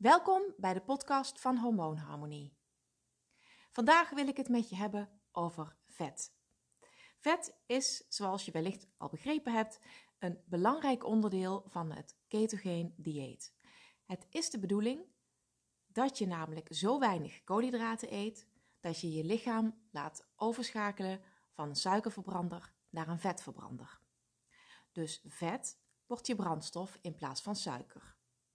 Welkom bij de podcast van Hormoonharmonie. Vandaag wil ik het met je hebben over vet. Vet is, zoals je wellicht al begrepen hebt, een belangrijk onderdeel van het ketogeen dieet. Het is de bedoeling dat je namelijk zo weinig koolhydraten eet, dat je je lichaam laat overschakelen van een suikerverbrander naar een vetverbrander. Dus vet wordt je brandstof in plaats van suiker.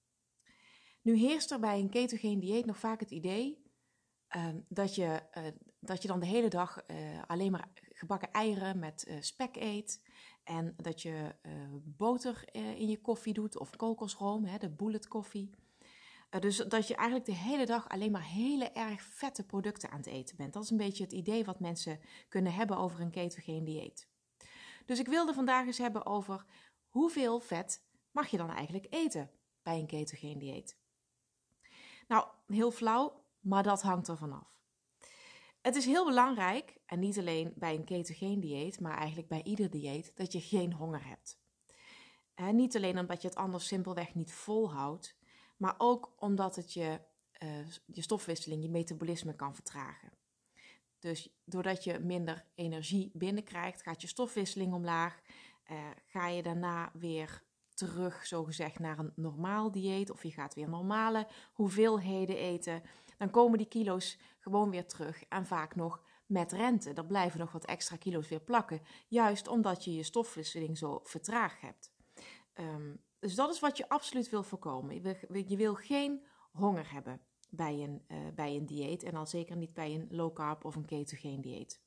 Nu heerst er bij een ketogeen dieet nog vaak het idee dat je dan de hele dag alleen maar gebakken eieren met spek eet. En dat je boter in je koffie doet of kokosroom, de bullet koffie. Dus dat je eigenlijk de hele dag alleen maar hele erg vette producten aan het eten bent. Dat is een beetje het idee wat mensen kunnen hebben over een ketogeen dieet. Dus ik wilde vandaag eens hebben over hoeveel vet mag je dan eigenlijk eten bij een ketogeen dieet. Nou, heel flauw, maar dat hangt er vanaf. Het is heel belangrijk, en niet alleen bij een ketogeen dieet, maar eigenlijk bij ieder dieet, dat je geen honger hebt. En niet alleen omdat je het anders simpelweg niet volhoudt, maar ook omdat het je stofwisseling, je metabolisme kan vertragen. Dus doordat je minder energie binnenkrijgt, gaat je stofwisseling omlaag, ga je daarna weer terug, zogezegd, naar een normaal dieet, of je gaat weer normale hoeveelheden eten, dan komen die kilo's gewoon weer terug en vaak nog met rente. Er blijven nog wat extra kilo's weer plakken, juist omdat je je stofwisseling zo vertraagd hebt. Dus dat is wat je absoluut wil voorkomen. Je wil geen honger hebben bij een dieet en al zeker niet bij een low carb of een ketogeen dieet.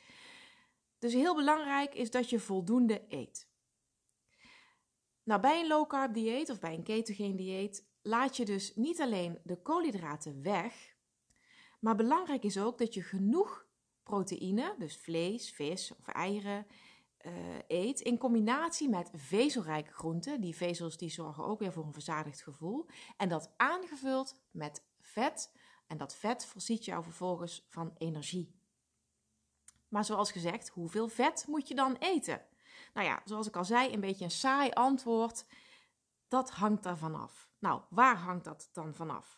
Dus heel belangrijk is dat je voldoende eet. Nou, bij een low carb dieet of bij een ketogeen dieet laat je dus niet alleen de koolhydraten weg, maar belangrijk is ook dat je genoeg proteïne, dus vlees, vis of eieren, eet in combinatie met vezelrijke groenten. Die vezels die zorgen ook weer voor een verzadigd gevoel. En dat aangevuld met vet. En dat vet voorziet jou vervolgens van energie. Maar zoals gezegd, hoeveel vet moet je dan eten? Nou ja, zoals ik al zei, een beetje een saai antwoord. Dat hangt daarvan af. Nou, waar hangt dat dan vanaf?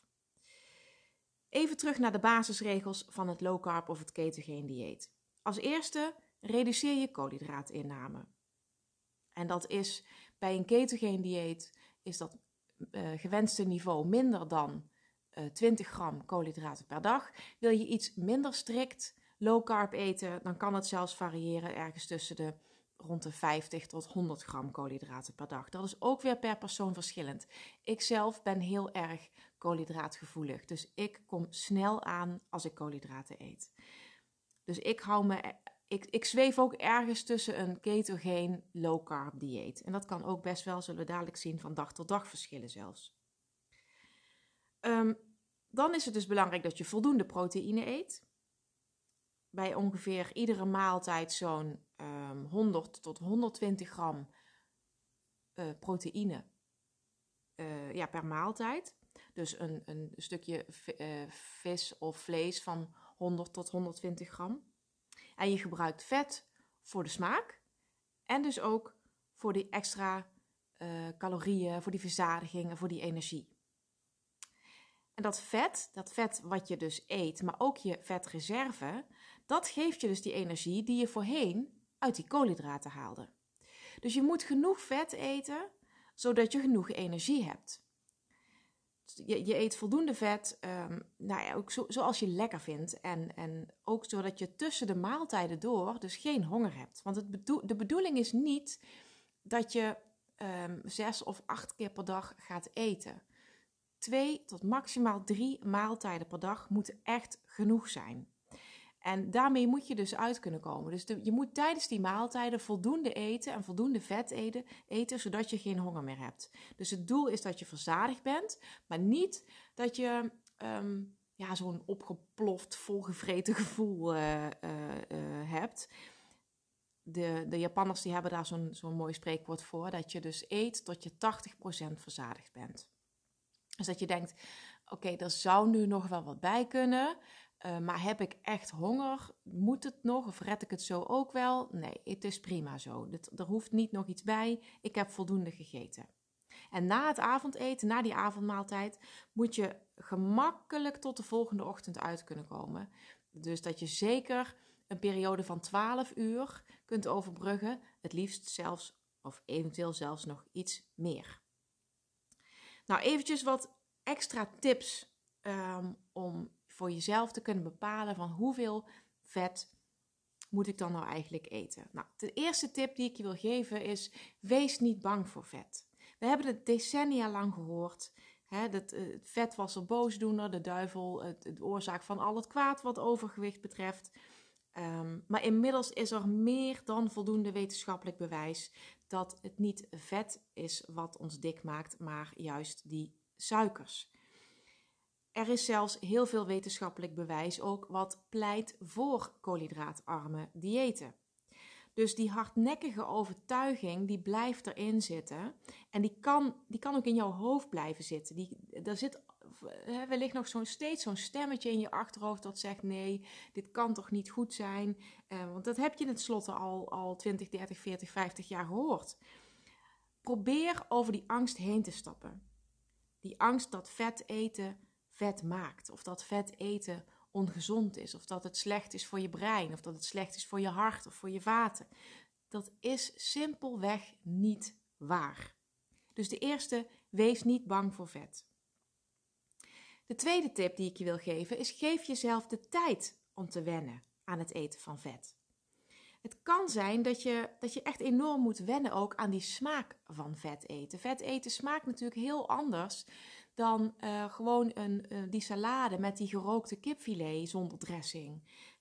Even terug naar de basisregels van het low carb of het ketogeen dieet. Als eerste, reduceer je koolhydraatinname. En dat is bij een ketogeen dieet is dat gewenste niveau minder dan 20 gram koolhydraten per dag. Wil je iets minder strikt low carb eten, dan kan het zelfs variëren ergens tussen rond de 50 tot 100 gram koolhydraten per dag. Dat is ook weer per persoon verschillend. Ik zelf ben heel erg koolhydraatgevoelig, dus ik kom snel aan als ik koolhydraten eet. Dus ik zweef ook ergens tussen een ketogeen low carb dieet. En dat kan ook best wel, zullen we dadelijk zien, van dag tot dag verschillen zelfs. Dan is het dus belangrijk dat je voldoende proteïne eet. Bij ongeveer iedere maaltijd zo'n 100 tot 120 gram proteïne per maaltijd. Dus een stukje vis of vlees van 100 tot 120 gram. En je gebruikt vet voor de smaak en dus ook voor die extra calorieën, voor die verzadiging en voor die energie. En dat vet wat je dus eet, maar ook je vetreserve, dat geeft je dus die energie die je voorheen uit die koolhydraten haalde. Dus je moet genoeg vet eten, zodat je genoeg energie hebt. Je eet voldoende vet, ook zoals je lekker vindt. En ook zodat je tussen de maaltijden door dus geen honger hebt. Want de bedoeling is niet dat je 6 of 8 keer per dag gaat eten. 2 tot maximaal 3 maaltijden per dag moeten echt genoeg zijn. En daarmee moet je dus uit kunnen komen. Dus je moet tijdens die maaltijden voldoende eten en voldoende vet eten, zodat je geen honger meer hebt. Dus het doel is dat je verzadigd bent, maar niet dat je zo'n opgeploft, volgevreten gevoel hebt. De Japanners die hebben daar zo'n mooi spreekwoord voor, dat je dus eet tot je 80% verzadigd bent. Dus dat je denkt, oké, er zou nu nog wel wat bij kunnen, maar heb ik echt honger? Moet het nog of red ik het zo ook wel? Nee, het is prima zo. Er hoeft niet nog iets bij. Ik heb voldoende gegeten. En na het avondeten, na die avondmaaltijd, moet je gemakkelijk tot de volgende ochtend uit kunnen komen. Dus dat je zeker een periode van 12 uur kunt overbruggen. Het liefst zelfs, of eventueel zelfs nog iets meer. Nou, eventjes wat extra tips om voor jezelf te kunnen bepalen van hoeveel vet moet ik dan nou eigenlijk eten. Nou, de eerste tip die ik je wil geven is, wees niet bang voor vet. We hebben het decennia lang gehoord. Het vet was een boosdoener, de duivel, de oorzaak van al het kwaad wat overgewicht betreft. Maar inmiddels is er meer dan voldoende wetenschappelijk bewijs dat het niet vet is wat ons dik maakt, maar juist die suikers. Er is zelfs heel veel wetenschappelijk bewijs ook wat pleit voor koolhydraatarme diëten. Dus die hardnekkige overtuiging die blijft erin zitten en die kan ook in jouw hoofd blijven zitten. Er zit wellicht nog steeds zo'n stemmetje in je achterhoofd dat zegt nee, dit kan toch niet goed zijn. Want dat heb je tenslotte al 20, 30, 40, 50 jaar gehoord. Probeer over die angst heen te stappen. Die angst dat vet eten vet maakt. Of dat vet eten ongezond is. Of dat het slecht is voor je brein. Of dat het slecht is voor je hart of voor je vaten. Dat is simpelweg niet waar. Dus de eerste, wees niet bang voor vet. De tweede tip die ik je wil geven is, geef jezelf de tijd om te wennen aan het eten van vet. Het kan zijn dat je echt enorm moet wennen ook aan die smaak van vet eten. Vet eten smaakt natuurlijk heel anders dan gewoon die salade met die gerookte kipfilet zonder dressing.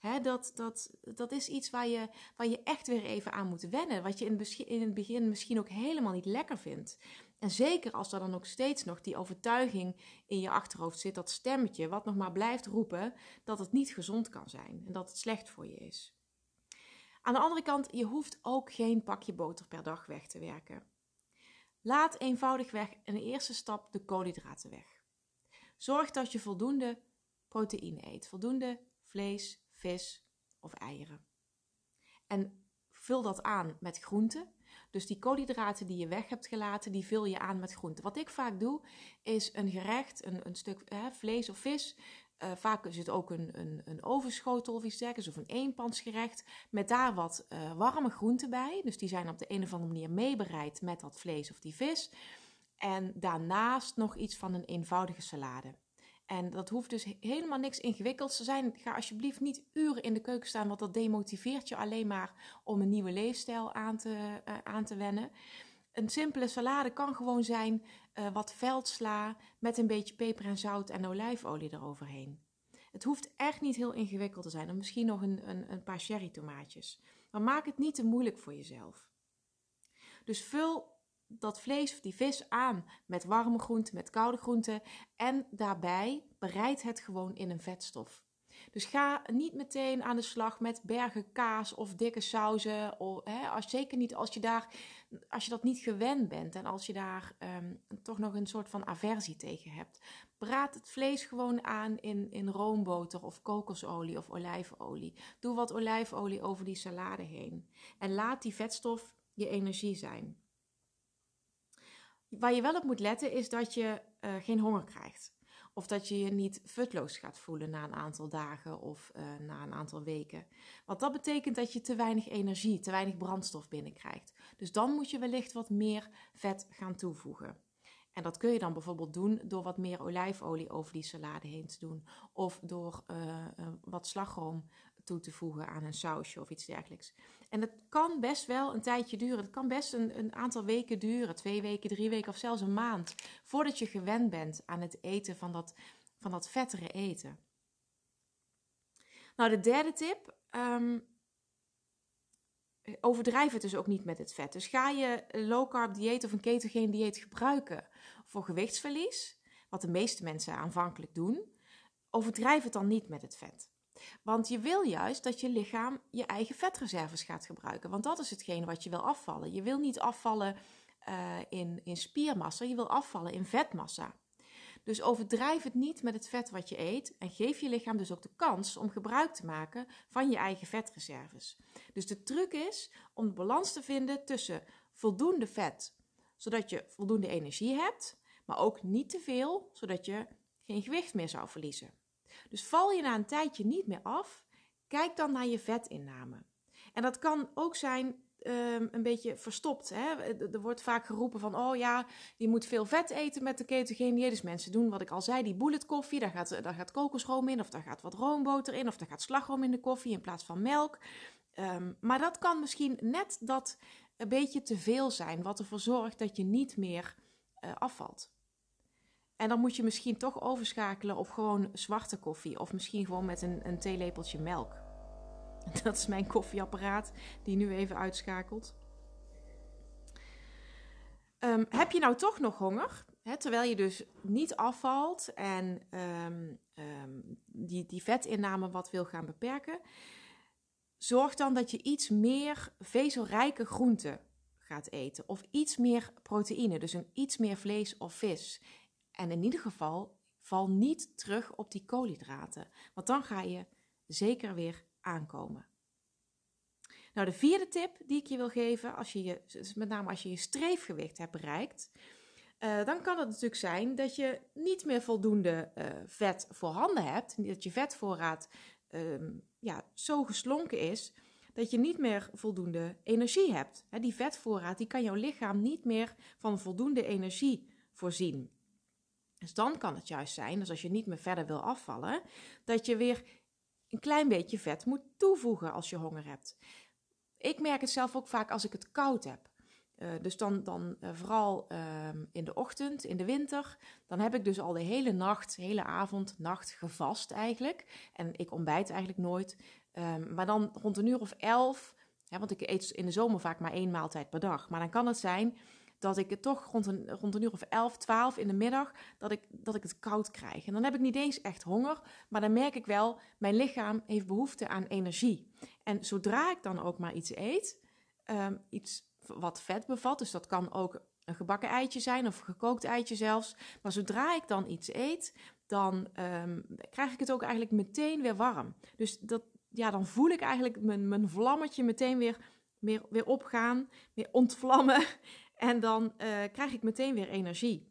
Dat is iets waar je echt weer even aan moet wennen. Wat je in het begin misschien ook helemaal niet lekker vindt. En zeker als er dan ook steeds nog die overtuiging in je achterhoofd zit, dat stemmetje wat nog maar blijft roepen dat het niet gezond kan zijn en dat het slecht voor je is. Aan de andere kant, je hoeft ook geen pakje boter per dag weg te werken. Laat eenvoudigweg in de eerste stap de koolhydraten weg. Zorg dat je voldoende proteïne eet, voldoende vlees, vis of eieren. En vul dat aan met groenten. Dus die koolhydraten die je weg hebt gelaten, die vul je aan met groenten. Wat ik vaak doe, is een gerecht, een stuk vlees of vis. Vaak is het ook een ovenschotel of iets dergelijks, of een eenpansgerecht. Met daar wat warme groenten bij. Dus die zijn op de een of andere manier meebereid met dat vlees of die vis. En daarnaast nog iets van een eenvoudige salade. En dat hoeft dus helemaal niks ingewikkelds te zijn. Ga alsjeblieft niet uren in de keuken staan, want dat demotiveert je alleen maar om een nieuwe leefstijl aan te wennen. Een simpele salade kan gewoon zijn wat veldsla met een beetje peper en zout en olijfolie eroverheen. Het hoeft echt niet heel ingewikkeld te zijn. En misschien nog een paar cherry tomaatjes. Maar maak het niet te moeilijk voor jezelf. Dus vul dat vlees of die vis aan met warme groenten, met koude groenten. En daarbij bereid het gewoon in een vetstof. Dus ga niet meteen aan de slag met bergen kaas of dikke sauzen. Zeker niet als je dat niet gewend bent en als je daar toch nog een soort van aversie tegen hebt. Braad het vlees gewoon aan in roomboter of kokosolie of olijfolie. Doe wat olijfolie over die salade heen. En laat die vetstof je energie zijn. Waar je wel op moet letten is dat je geen honger krijgt. Of dat je je niet futloos gaat voelen na een aantal dagen of na een aantal weken. Want dat betekent dat je te weinig energie, te weinig brandstof binnenkrijgt. Dus dan moet je wellicht wat meer vet gaan toevoegen. En dat kun je dan bijvoorbeeld doen door wat meer olijfolie over die salade heen te doen. Of door wat slagroom toe te voegen aan een sausje of iets dergelijks. En het kan best wel een tijdje duren. Het kan best een aantal weken duren. 2 weken, 3 weken of zelfs een maand. Voordat je gewend bent aan het eten van dat vettere eten. Nou, de derde tip. Overdrijf het dus ook niet met het vet. Dus ga je low carb dieet of een ketogeen dieet gebruiken voor gewichtsverlies. Wat de meeste mensen aanvankelijk doen. Overdrijf het dan niet met het vet. Want je wil juist dat je lichaam je eigen vetreserves gaat gebruiken. Want dat is hetgeen wat je wil afvallen. Je wil niet afvallen in spiermassa, je wil afvallen in vetmassa. Dus overdrijf het niet met het vet wat je eet. En geef je lichaam dus ook de kans om gebruik te maken van je eigen vetreserves. Dus de truc is om de balans te vinden tussen voldoende vet zodat je voldoende energie hebt, maar ook niet te veel, zodat je geen gewicht meer zou verliezen. Dus val je na een tijdje niet meer af, kijk dan naar je vetinname. En dat kan ook zijn een beetje verstopt. Hè? Er wordt vaak geroepen van, oh ja, je moet veel vet eten met de ketogene dieet. Dus mensen doen wat ik al zei, die bullet koffie, daar gaat kokosroom in, of daar gaat wat roomboter in, of daar gaat slagroom in de koffie in plaats van melk. Maar dat kan misschien net dat een beetje te veel zijn, wat ervoor zorgt dat je niet meer afvalt. En dan moet je misschien toch overschakelen op gewoon zwarte koffie, of misschien gewoon met een theelepeltje melk. Dat is mijn koffieapparaat die nu even uitschakelt. Heb je nou toch nog honger? Hè, terwijl je dus niet afvalt en die vetinname wat wil gaan beperken. Zorg dan dat je iets meer vezelrijke groenten gaat eten. Of iets meer proteïne, dus iets meer vlees of vis. En in ieder geval, val niet terug op die koolhydraten. Want dan ga je zeker weer aankomen. Nou, de vierde tip die ik je wil geven, met name als je je streefgewicht hebt bereikt, dan kan het natuurlijk zijn dat je niet meer voldoende vet voorhanden hebt. Dat je vetvoorraad zo geslonken is dat je niet meer voldoende energie hebt. Die vetvoorraad die kan jouw lichaam niet meer van voldoende energie voorzien. Dus dan kan het juist zijn, dus als je niet meer verder wil afvallen, dat je weer een klein beetje vet moet toevoegen als je honger hebt. Ik merk het zelf ook vaak als ik het koud heb. Dus dan vooral in de ochtend, in de winter, dan heb ik dus al de hele avond, nacht gevast eigenlijk. En ik ontbijt eigenlijk nooit. Maar dan rond 11:00, want ik eet in de zomer vaak maar 1 maaltijd per dag. Maar dan kan het zijn dat ik het toch rond 11:00, 12:00 in de middag, dat ik het koud krijg. En dan heb ik niet eens echt honger, maar dan merk ik wel, mijn lichaam heeft behoefte aan energie. En zodra ik dan ook maar iets eet, iets wat vet bevat, dus dat kan ook een gebakken eitje zijn of een gekookt eitje zelfs. Maar zodra ik dan iets eet, dan krijg ik het ook eigenlijk meteen weer warm. Dus dan voel ik eigenlijk mijn vlammetje meteen weer opgaan, weer ontvlammen. En dan krijg ik meteen weer energie.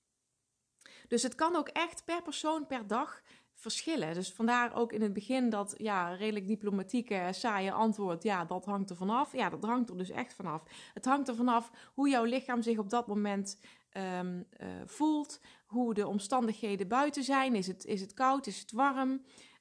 Dus het kan ook echt per persoon, per dag verschillen. Dus vandaar ook in het begin dat redelijk diplomatieke, saaie antwoord. Ja, dat hangt er vanaf. Ja, dat hangt er dus echt vanaf. Het hangt er vanaf hoe jouw lichaam zich op dat moment voelt. Hoe de omstandigheden buiten zijn. Is het koud? Is het warm?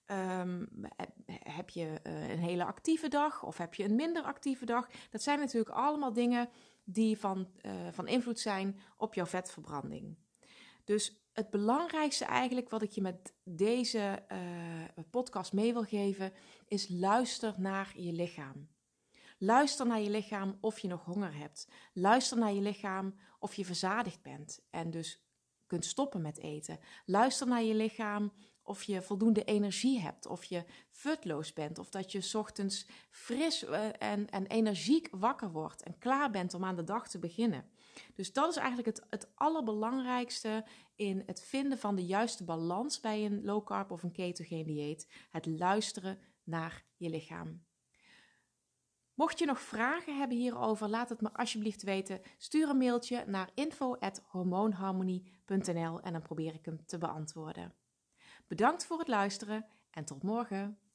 Heb je een hele actieve dag? Of heb je een minder actieve dag? Dat zijn natuurlijk allemaal dingen die van invloed zijn op jouw vetverbranding. Dus het belangrijkste eigenlijk wat ik je met deze podcast mee wil geven, is luister naar je lichaam. Luister naar je lichaam of je nog honger hebt. Luister naar je lichaam of je verzadigd bent en dus kunt stoppen met eten. Luister naar je lichaam of je voldoende energie hebt, of je futloos bent, of dat je 's ochtends fris en energiek wakker wordt en klaar bent om aan de dag te beginnen. Dus dat is eigenlijk het allerbelangrijkste in het vinden van de juiste balans bij een low carb of een ketogene dieet. Het luisteren naar je lichaam. Mocht je nog vragen hebben hierover, laat het me alsjeblieft weten. Stuur een mailtje naar info@hormoonharmonie.nl en dan probeer ik hem te beantwoorden. Bedankt voor het luisteren en tot morgen.